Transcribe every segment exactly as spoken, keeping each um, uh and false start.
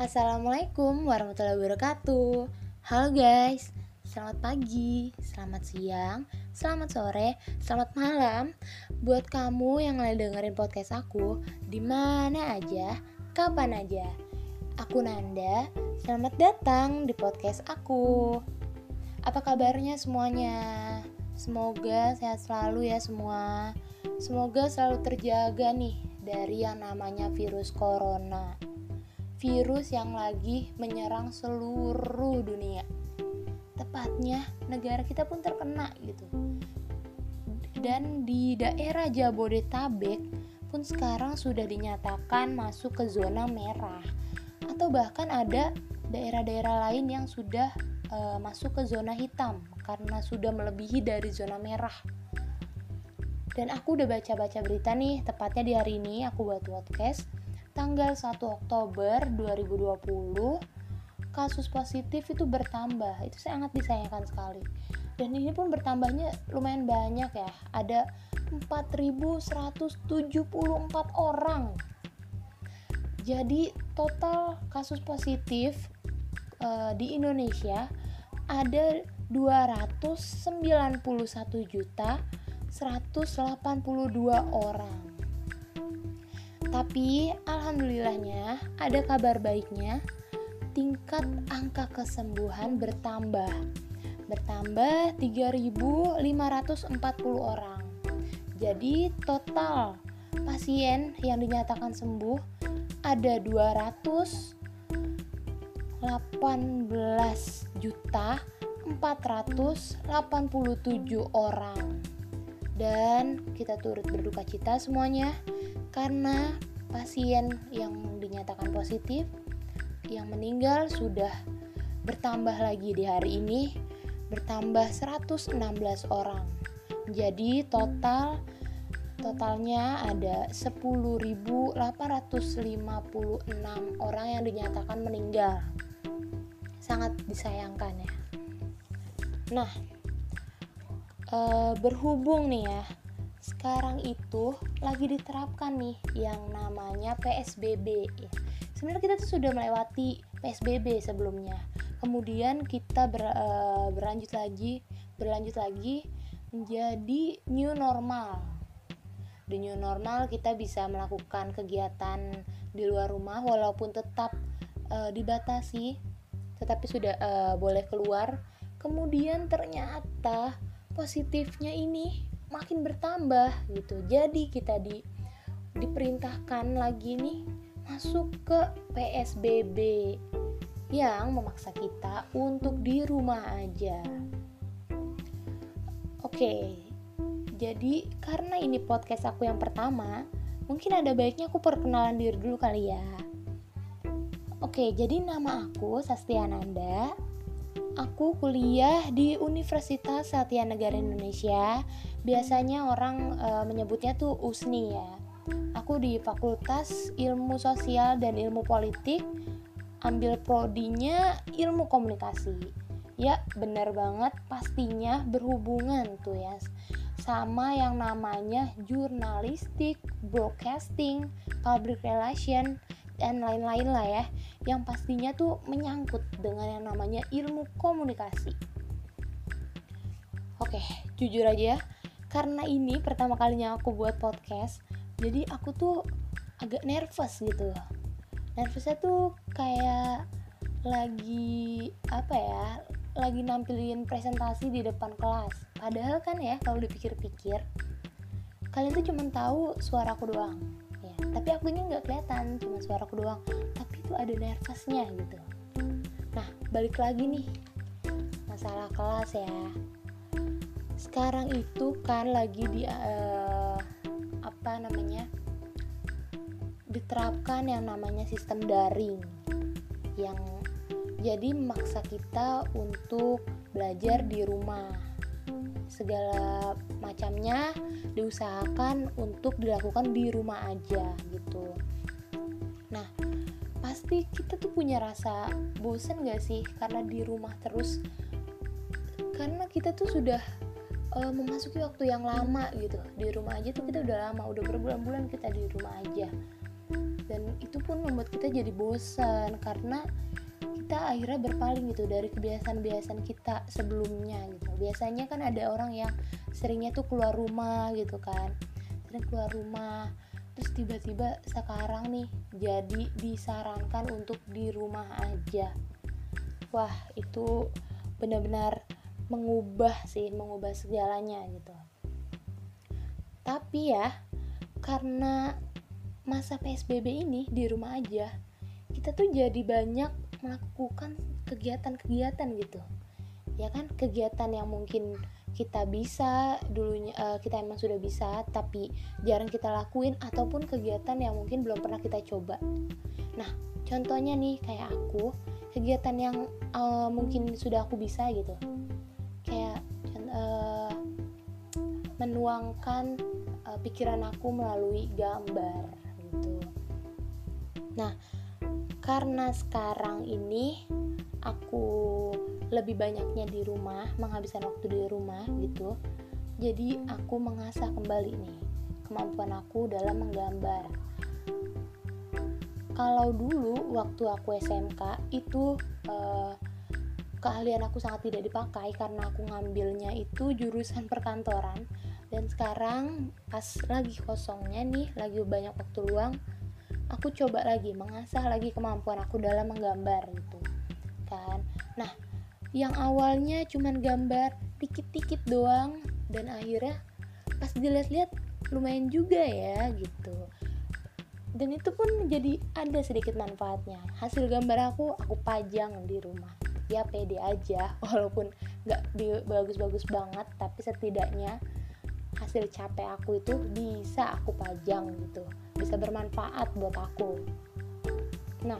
Assalamualaikum warahmatullahi wabarakatuh. Halo guys, selamat pagi, selamat siang, selamat sore, selamat malam. Buat kamu yang lagi dengerin podcast aku, di mana aja, kapan aja. Aku Nanda, selamat datang di podcast aku. Apa kabarnya semuanya? Semoga sehat selalu ya semua. Semoga selalu terjaga nih dari yang namanya virus corona. Virus yang lagi menyerang seluruh dunia. Tepatnya negara kita pun terkena gitu. Dan di daerah Jabodetabek pun sekarang sudah dinyatakan masuk ke zona merah. Atau bahkan ada daerah-daerah lain yang sudah e, masuk ke zona hitam karena sudah melebihi dari zona merah. Dan aku udah baca-baca berita nih, tepatnya di hari ini aku buat podcast tanggal satu Oktober dua ribu dua puluh, kasus positif itu bertambah. Itu sangat disayangkan sekali. Dan ini pun bertambahnya lumayan banyak ya. Ada empat ribu seratus tujuh puluh empat orang. Jadi total kasus positif uh, di Indonesia ada dua ratus sembilan puluh satu juta seratus delapan puluh dua orang. Tapi alhamdulillahnya ada kabar baiknya, tingkat angka kesembuhan bertambah. Bertambah tiga ribu lima ratus empat puluh orang. Jadi total pasien yang dinyatakan sembuh ada dua ratus delapan belas juta empat ratus delapan puluh tujuh orang. Dan kita turut berduka cita semuanya karena pasien yang dinyatakan positif yang meninggal sudah bertambah lagi di hari ini, bertambah seratus enam belas orang. Jadi total totalnya ada sepuluh ribu delapan ratus lima puluh enam orang yang dinyatakan meninggal. Sangat disayangkan ya. Nah, e, berhubung nih ya, sekarang itu lagi diterapkan nih yang namanya P S B B. Sebenarnya kita tuh sudah melewati P S B B sebelumnya. Kemudian kita ber, uh, berlanjut lagi, berlanjut lagi menjadi new normal. Di new normal kita bisa melakukan kegiatan di luar rumah walaupun tetap uh, dibatasi, tetapi sudah uh, boleh keluar. Kemudian ternyata positifnya ini makin bertambah gitu. Jadi kita di diperintahkan lagi nih masuk ke P S B B yang memaksa kita untuk di rumah aja. Oke. Jadi karena ini podcast aku yang pertama, mungkin ada baiknya aku perkenalan diri dulu kali ya. Oke, jadi nama aku Sastia Nanda. Aku kuliah di Universitas Satya Negara Indonesia. Biasanya orang e, menyebutnya tuh U S N I ya. Aku di Fakultas Ilmu Sosial dan Ilmu Politik, ambil prodinya Ilmu Komunikasi. Ya, benar banget, pastinya berhubungan tuh ya sama yang namanya jurnalistik, broadcasting, public relation, dan lain-lain lah ya, yang pastinya tuh menyangkut dengan yang namanya ilmu komunikasi. Oke, jujur aja, karena ini pertama kalinya aku buat podcast, jadi aku tuh agak nervous gitu. Nervousnya tuh kayak lagi apa ya, lagi nampilin presentasi di depan kelas. Padahal kan ya, kalau dipikir-pikir, kalian tuh cuma tahu suaraku doang. Tapi akunya nggak kelihatan, cuma suaraku doang. Tapi itu ada nervousnya gitu. Nah, balik lagi nih masalah kelas ya. Sekarang itu kan lagi di uh, apa namanya diterapkan yang namanya sistem daring, yang jadi memaksa kita untuk belajar di rumah. Segala macamnya diusahakan untuk dilakukan di rumah aja gitu. Nah, pasti kita tuh punya rasa bosan gak sih karena di rumah terus, karena kita tuh sudah uh, memasuki waktu yang lama gitu. Di rumah aja tuh kita udah lama, udah berbulan-bulan kita di rumah aja. Dan itu pun membuat kita jadi bosan karena kita akhirnya berpaling gitu dari kebiasaan-kebiasaan kita sebelumnya gitu. Biasanya kan ada orang yang seringnya tuh keluar rumah gitu kan, sering keluar rumah, terus tiba-tiba sekarang nih jadi disarankan untuk di rumah aja. Wah, itu benar-benar mengubah sih, mengubah segalanya gitu. Tapi ya, karena masa P S B B ini di rumah aja, kita tuh jadi banyak melakukan kegiatan-kegiatan gitu. Ya kan, kegiatan yang mungkin kita bisa dulunya, uh, kita emang sudah bisa tapi jarang kita lakuin, ataupun kegiatan yang mungkin belum pernah kita coba. Nah, contohnya nih kayak aku, kegiatan yang uh, mungkin sudah aku bisa gitu, kayak uh, menuangkan uh, pikiran aku melalui gambar gitu. Nah, karena sekarang ini aku lebih banyaknya di rumah, menghabiskan waktu di rumah gitu, jadi aku mengasah kembali nih kemampuan aku dalam menggambar. Kalau dulu waktu aku S M K itu eh, keahlian aku sangat tidak dipakai karena aku ngambilnya itu jurusan perkantoran, dan sekarang pas lagi kosongnya nih, lagi banyak waktu luang, aku coba lagi mengasah lagi kemampuan aku dalam menggambar gitu kan. Nah, yang awalnya cuman gambar dikit-dikit doang, dan akhirnya pas dilihat-lihat lumayan juga ya gitu, dan itu pun jadi ada sedikit manfaatnya. Hasil gambar aku aku pajang di rumah, ya pede aja walaupun gak bagus-bagus banget, tapi setidaknya hasil capek aku itu bisa aku pajang gitu, bisa bermanfaat buat aku. Nah,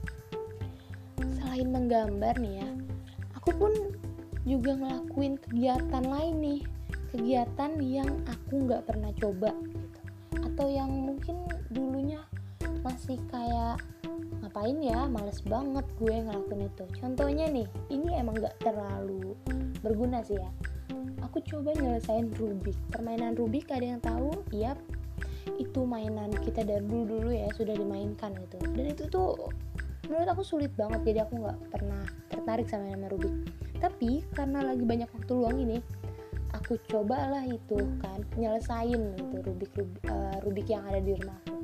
selain menggambar nih ya, aku pun juga ngelakuin kegiatan lain nih, kegiatan yang aku gak pernah coba gitu, atau yang mungkin dulunya masih kayak ngapain ya, males banget gue ngelakuin itu. Contohnya nih, ini emang gak terlalu berguna sih ya, aku coba nyelesain Rubik. Permainan Rubik ada yang tahu? Yap, itu mainan kita dari dulu-dulu ya, sudah dimainkan gitu. Dan itu tuh menurut aku sulit banget, jadi aku gak pernah tertarik sama nama Rubik. Tapi karena lagi banyak waktu luang ini, aku cobalah itu kan, nyelesain gitu Rubik, Rubik, uh, Rubik yang ada di rumah aku.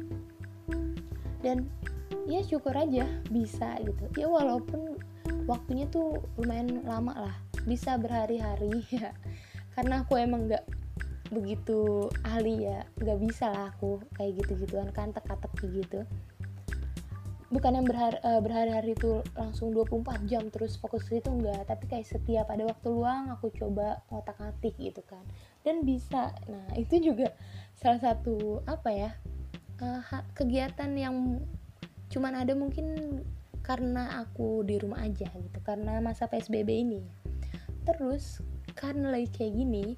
Dan ya syukur aja bisa gitu. Ya walaupun waktunya tuh lumayan lama lah, bisa berhari-hari ya. Karena aku emang gak begitu ahli ya, gak bisa lah aku kayak gitu-gituan kan, teka-teki gitu. Bukan yang berhari, uh, berhari-hari itu langsung dua puluh empat jam terus fokus ke itu, enggak. Tapi kayak setiap ada waktu luang aku coba ngotak-ngatik gitu kan, dan bisa. Nah, itu juga salah satu apa ya, uh, kegiatan yang cuman ada mungkin karena aku di rumah aja gitu, karena masa P S B B ini. Terus karena lagi kayak gini,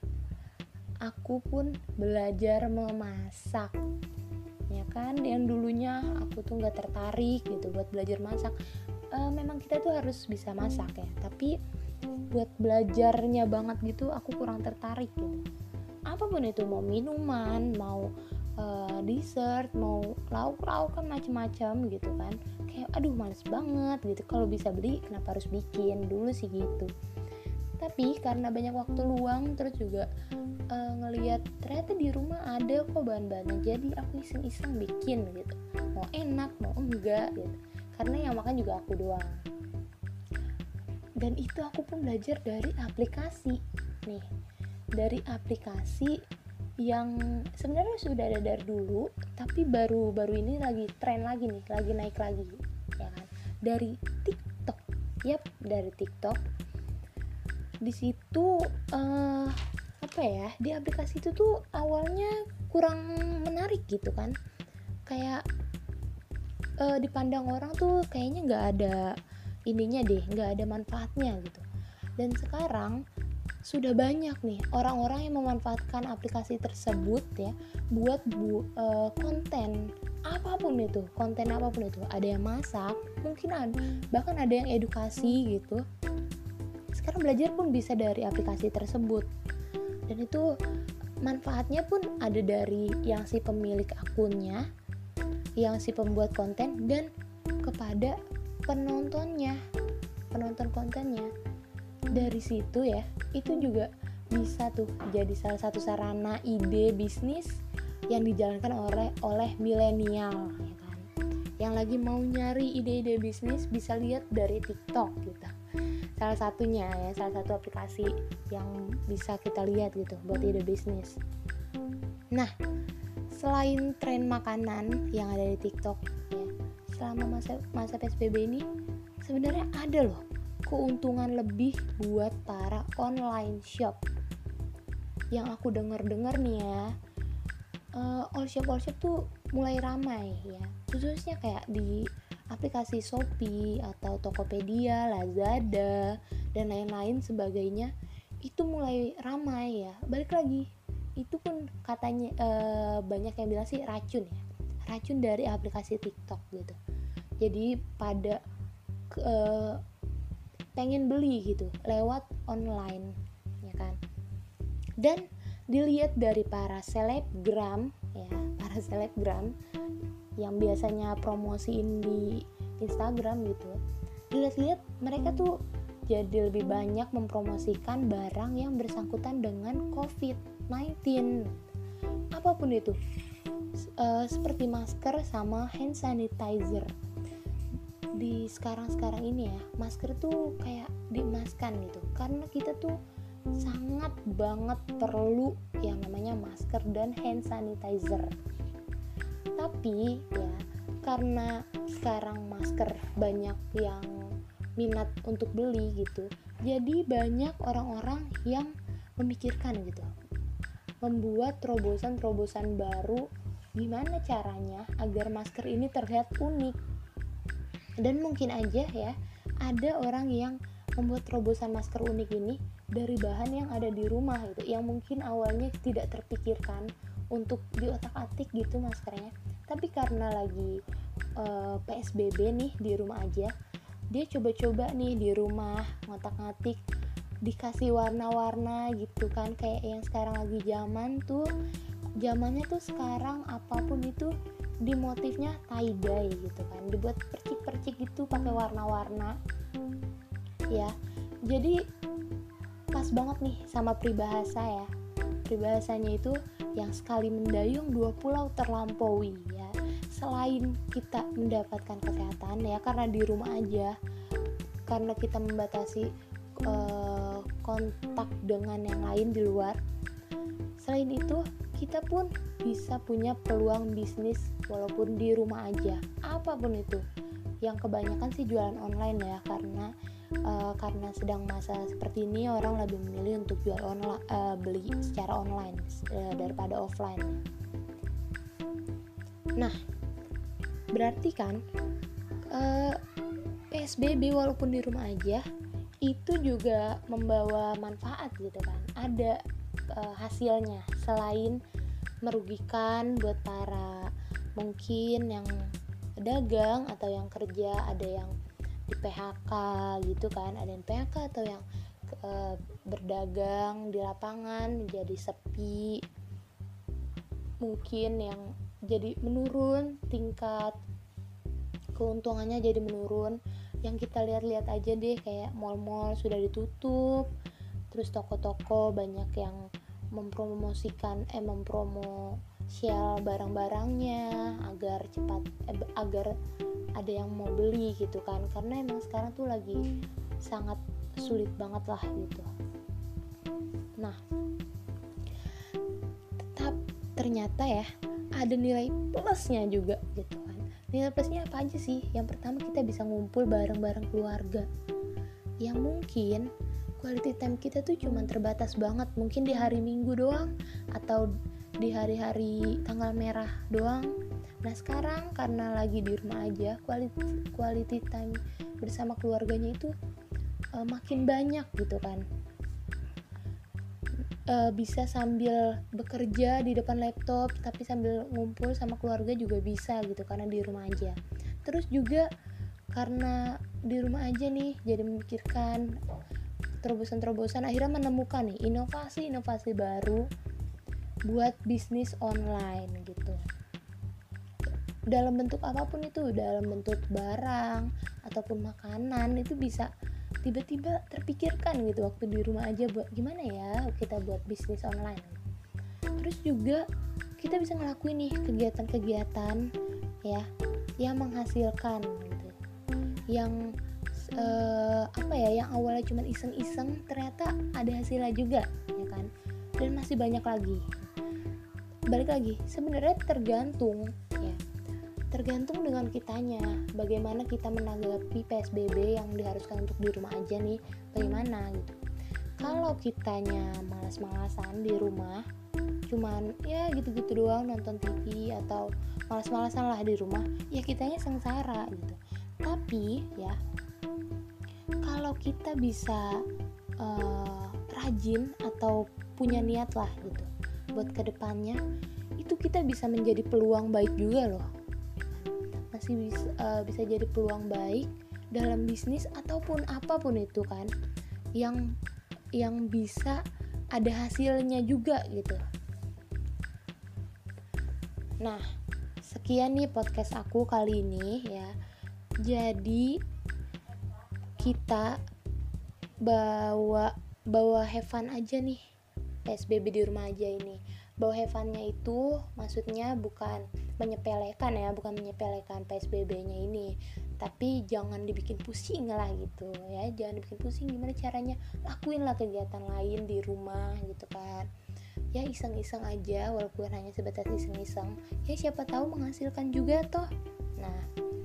aku pun belajar memasak, ya kan. Yang dulunya aku tuh nggak tertarik gitu buat belajar masak. E, memang kita tuh harus bisa masak ya, tapi buat belajarnya banget gitu aku kurang tertarik gitu. Apapun itu, mau minuman, mau uh, dessert, mau lauk-lauk kan macem-macem gitu kan, kayak aduh males banget gitu, kalau bisa beli kenapa harus bikin, dulu sih gitu. Tapi karena banyak waktu luang, terus juga uh, ngelihat ternyata di rumah ada kok bahan-bahannya, jadi aku iseng-iseng bikin gitu, mau enak mau enggak gitu, karena yang makan juga aku doang. Dan itu aku pun belajar dari aplikasi nih, dari aplikasi yang sebenarnya sudah ada dari dulu, tapi baru-baru ini lagi tren lagi nih, lagi naik lagi ya kan, dari TikTok. Yap, dari TikTok. Di situ uh, apa ya, di aplikasi itu tuh awalnya kurang menarik gitu kan, kayak uh, dipandang orang tuh kayaknya nggak ada ininya deh, nggak ada manfaatnya gitu. Dan sekarang sudah banyak nih orang-orang yang memanfaatkan aplikasi tersebut ya buat bu, uh, konten apapun itu, konten apapun itu. Ada yang masak, mungkin ada, bahkan ada yang edukasi gitu. Sekarang belajar pun bisa dari aplikasi tersebut, dan itu manfaatnya pun ada dari yang si pemilik akunnya, yang si pembuat konten dan kepada penontonnya, penonton kontennya. Dari situ ya, itu juga bisa tuh jadi salah satu sarana ide bisnis yang dijalankan oleh oleh milenial, ya kan. Yang lagi mau nyari ide-ide bisnis bisa lihat dari TikTok gitu. Salah satunya ya, salah satu aplikasi yang bisa kita lihat gitu buat ide bisnis. Nah, selain tren makanan yang ada di TikTok ya, selama masa masa P S B B ini sebenarnya ada loh keuntungan lebih buat para online shop. Yang aku dengar-dengar nih ya, uh, all shop all shop tuh mulai ramai ya, khususnya kayak di aplikasi Shopee atau Tokopedia, Lazada dan lain-lain sebagainya, itu mulai ramai ya. Balik lagi, itu pun katanya uh, banyak yang bilang sih racun ya, racun dari aplikasi TikTok gitu. Jadi pada uh, pengen beli gitu lewat online, ya kan. Dan dilihat dari para selebgram ya, para selebgram yang biasanya promosiin di Instagram gitu, dilihat-lihat mereka tuh jadi lebih banyak mempromosikan barang yang bersangkutan dengan covid sembilan belas, apapun itu, e, seperti masker sama hand sanitizer. Di sekarang-sekarang ini ya, masker tuh kayak diemaskan gitu, karena kita tuh sangat banget perlu yang namanya masker dan hand sanitizer. Tapi ya, karena sekarang masker banyak yang minat untuk beli gitu, jadi banyak orang-orang yang memikirkan gitu, membuat terobosan-terobosan baru gimana caranya agar masker ini terlihat unik. Dan mungkin aja ya, ada orang yang membuat terobosan masker unik ini dari bahan yang ada di rumah gitu, yang mungkin awalnya tidak terpikirkan untuk diotak-atik gitu maskernya, tapi karena lagi uh, P S B B nih, di rumah aja, dia coba-coba nih di rumah ngotak-ngatik, dikasih warna-warna gitu kan, kayak yang sekarang lagi zaman tuh, zamannya tuh sekarang apapun itu di motifnya tie dye gitu kan, dibuat percik-percik gitu pakai warna-warna ya. Jadi pas banget nih sama peribahasa ya, peribahasanya itu yang sekali mendayung dua pulau terlampaui ya. Selain kita mendapatkan kesehatan ya karena di rumah aja, karena kita membatasi uh, kontak dengan yang lain di luar, selain itu kita pun bisa punya peluang bisnis walaupun di rumah aja, apapun itu. Yang kebanyakan sih jualan online ya, karena uh, karena sedang masa seperti ini orang lebih memilih untuk jual online, uh, beli secara online uh, daripada offline. Nah, berarti kan uh, P S B B walaupun di rumah aja itu juga membawa manfaat gitu kan, ada uh, hasilnya selain merugikan buat para mungkin yang pedagang atau yang kerja, ada yang di P H K gitu kan, ada yang P H K atau yang uh, berdagang di lapangan jadi sepi, mungkin yang jadi menurun tingkat keuntungannya, jadi menurun. Yang kita lihat-lihat aja deh, kayak mall-mall sudah ditutup, terus toko-toko banyak yang mempromosikan eh mempromo sel barang-barangnya agar cepat eh, agar ada yang mau beli gitu kan, karena emang sekarang tuh lagi sangat sulit banget lah gitu. Nah, tetap ternyata ya ada nilai plusnya juga gitu kan. Nilai plusnya apa aja sih? Yang pertama, kita bisa ngumpul bareng-bareng keluarga yang mungkin quality time kita tuh cuma terbatas banget, mungkin di hari Minggu doang atau di hari-hari tanggal merah doang. Nah sekarang karena lagi di rumah aja, quality, quality time bersama keluarganya itu uh, makin banyak gitu kan. Uh, bisa sambil bekerja di depan laptop, tapi sambil ngumpul sama keluarga juga bisa gitu, karena di rumah aja. Terus juga karena di rumah aja nih, jadi memikirkan terobosan-terobosan, akhirnya menemukan nih inovasi-inovasi baru buat bisnis online gitu. dalam bentuk apapun itu, dalam bentuk barang ataupun makanan, itu bisa tiba-tiba terpikirkan gitu waktu di rumah aja, buat gimana ya kita buat bisnis online. Terus juga kita bisa ngelakuin nih kegiatan-kegiatan ya yang menghasilkan gitu, yang uh, apa ya yang awalnya cuma iseng-iseng ternyata ada hasilnya juga ya kan. Dan masih banyak lagi. Balik lagi, sebenarnya tergantung ya tergantung dengan kitanya, bagaimana kita menanggapi P S B B yang diharuskan untuk di rumah aja nih, bagaimana gitu. Kalau kitanya malas-malasan di rumah, cuman ya gitu-gitu doang nonton T V atau malas-malasan lah di rumah, ya kitanya sengsara gitu. Tapi ya kalau kita bisa uh, rajin atau punya niat lah gitu buat kedepannya, itu kita bisa menjadi peluang baik juga loh. Masih bisa, uh, bisa jadi peluang baik dalam bisnis ataupun apapun itu kan, yang yang bisa ada hasilnya juga gitu. Nah, sekian nih podcast aku kali ini ya. Jadi kita bawa bawa have fun aja nih P S B B di rumah aja ini. Bawa have fun-nya itu maksudnya bukan menyepelekan ya, bukan menyepelekan P S B B-nya ini, tapi jangan dibikin pusing lah gitu ya, jangan dibikin pusing. Gimana caranya, lakuin lah kegiatan lain di rumah gitu kan ya, iseng-iseng aja, walaupun hanya sebatas iseng-iseng ya, siapa tahu menghasilkan juga toh. Nah,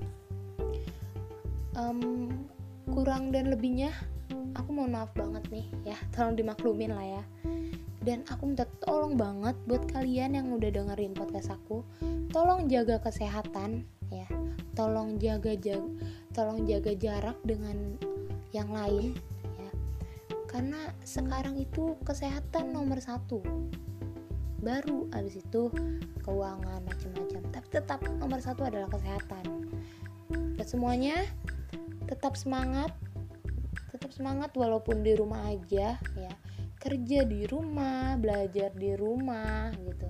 um, kurang dan lebihnya aku mohon maaf banget nih ya, tolong dimaklumin lah ya. Dan aku minta tolong banget buat kalian yang udah dengerin podcast aku, tolong jaga kesehatan ya, tolong jaga jaga tolong jaga jarak dengan yang lain ya, karena sekarang itu kesehatan nomor satu, baru abis itu keuangan macam-macam, tapi tetap nomor satu adalah kesehatan. Dan semuanya tetap semangat, tetap semangat walaupun di rumah aja ya, kerja di rumah, belajar di rumah gitu.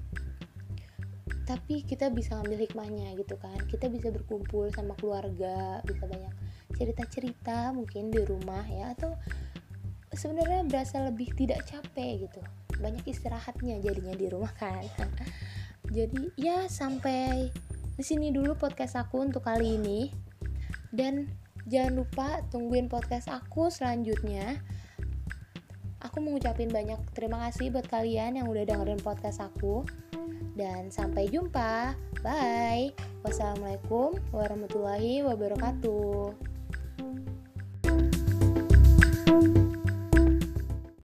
Tapi kita bisa ngambil hikmahnya gitu kan. Kita bisa berkumpul sama keluarga, bisa banyak cerita-cerita mungkin di rumah ya, atau sebenarnya berasa lebih tidak capek gitu. Banyak istirahatnya jadinya di rumah kan. Jadi ya sampai di sini dulu podcast aku untuk kali ini. Dan jangan lupa tungguin podcast aku selanjutnya. Aku mengucapin banyak terima kasih buat kalian yang udah dengerin podcast aku. Dan sampai jumpa. Bye. Wassalamualaikum warahmatullahi wabarakatuh.